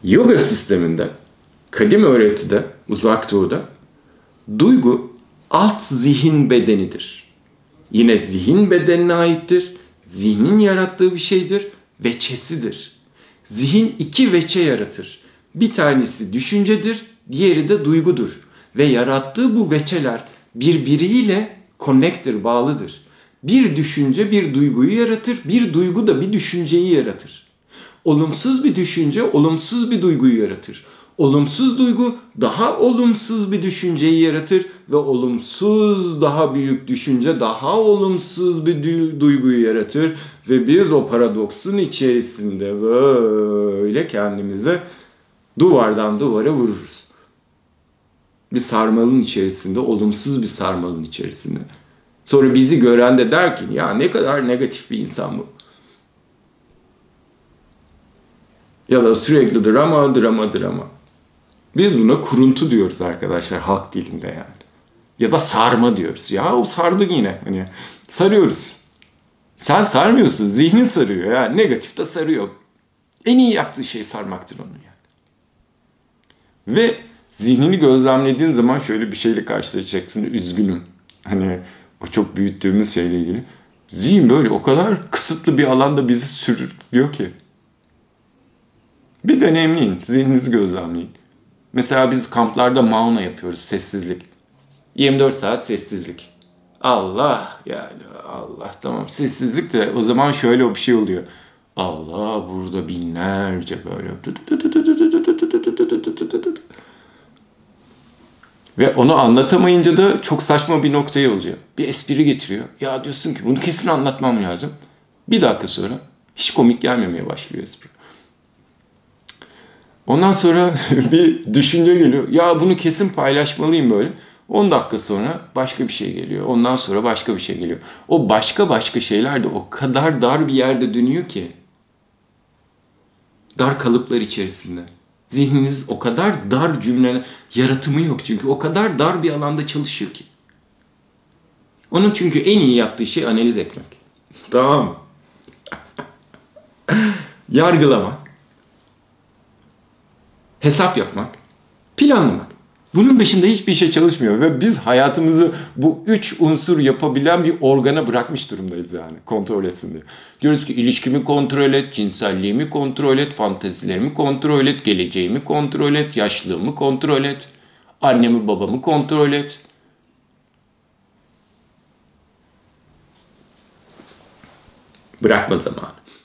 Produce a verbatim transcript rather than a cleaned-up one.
Yoga sisteminde, kadim öğretide, uzak doğuda duygu alt zihin bedenidir. Yine zihin bedenine aittir. Zihnin yarattığı bir şeydir. Veçesidir. Zihin iki veçe yaratır. Bir tanesi düşüncedir, diğeri de duygudur. Ve yarattığı bu veçeler birbiriyle connector, bağlıdır. Bir düşünce bir duyguyu yaratır, bir duygu da bir düşünceyi yaratır. Olumsuz bir düşünce olumsuz bir duyguyu yaratır. Olumsuz duygu daha olumsuz bir düşünceyi yaratır ve olumsuz daha büyük düşünce daha olumsuz bir duyguyu yaratır ve biz o paradoksun içerisinde böyle kendimize duvardan duvara vururuz. Bir sarmalın içerisinde, olumsuz bir sarmalın içerisinde. Sonra bizi gören de der ki ya ne kadar negatif bir insan bu. Ya da sürekli drama, drama, drama. Biz buna kuruntu diyoruz arkadaşlar halk dilinde yani. Ya da sarma diyoruz. Ya o sardın yine. Hani sarıyoruz. Sen sarmıyorsun. Zihnin sarıyor. Yani negatif de sarıyor. En iyi yaptığı şey sarmaktır onun yani. Ve zihnini gözlemlediğin zaman şöyle bir şeyle karşılaşacaksın. Üzgünüm. Hani o çok büyüttüğümüz şeyle ilgili. Zihin böyle o kadar kısıtlı bir alanda bizi sürüklüyor ki. Bir deneyimleyin. Zihninizi gözlemleyin. Mesela biz kamplarda mauna yapıyoruz. Sessizlik. yirmi dört saat sessizlik. Allah yani Allah tamam. Sessizlik de o zaman şöyle bir şey oluyor. Allah burada binlerce böyle. Ve onu anlatamayınca da çok saçma bir noktaya oluyor. Bir espri getiriyor. Ya diyorsun ki bunu kesin anlatmam lazım. Bir dakika sonra hiç komik gelmemeye başlıyor espri. Ondan sonra bir düşünce geliyor. Ya bunu kesin paylaşmalıyım böyle. on dakika sonra başka bir şey geliyor. Ondan sonra başka bir şey geliyor. O başka başka şeyler de o kadar dar bir yerde dönüyor ki. Dar kalıplar içerisinde. Zihniniz o kadar dar cümle yaratımı yok çünkü. O kadar dar bir alanda çalışıyor ki. Onun çünkü en iyi yaptığı şey analiz etmek. Tamam mı? Yargılamak. Hesap yapmak. Planlamak. Bunun dışında hiçbir şey çalışmıyor ve biz hayatımızı bu üç unsur yapabilen bir organa bırakmış durumdayız yani kontrol etsin diye. Diyoruz ki ilişkimi kontrol et, cinselliğimi kontrol et, fantezilerimi kontrol et, geleceğimi kontrol et, yaşlılığımı kontrol et, annemi babamı kontrol et. Bırakma zamanı.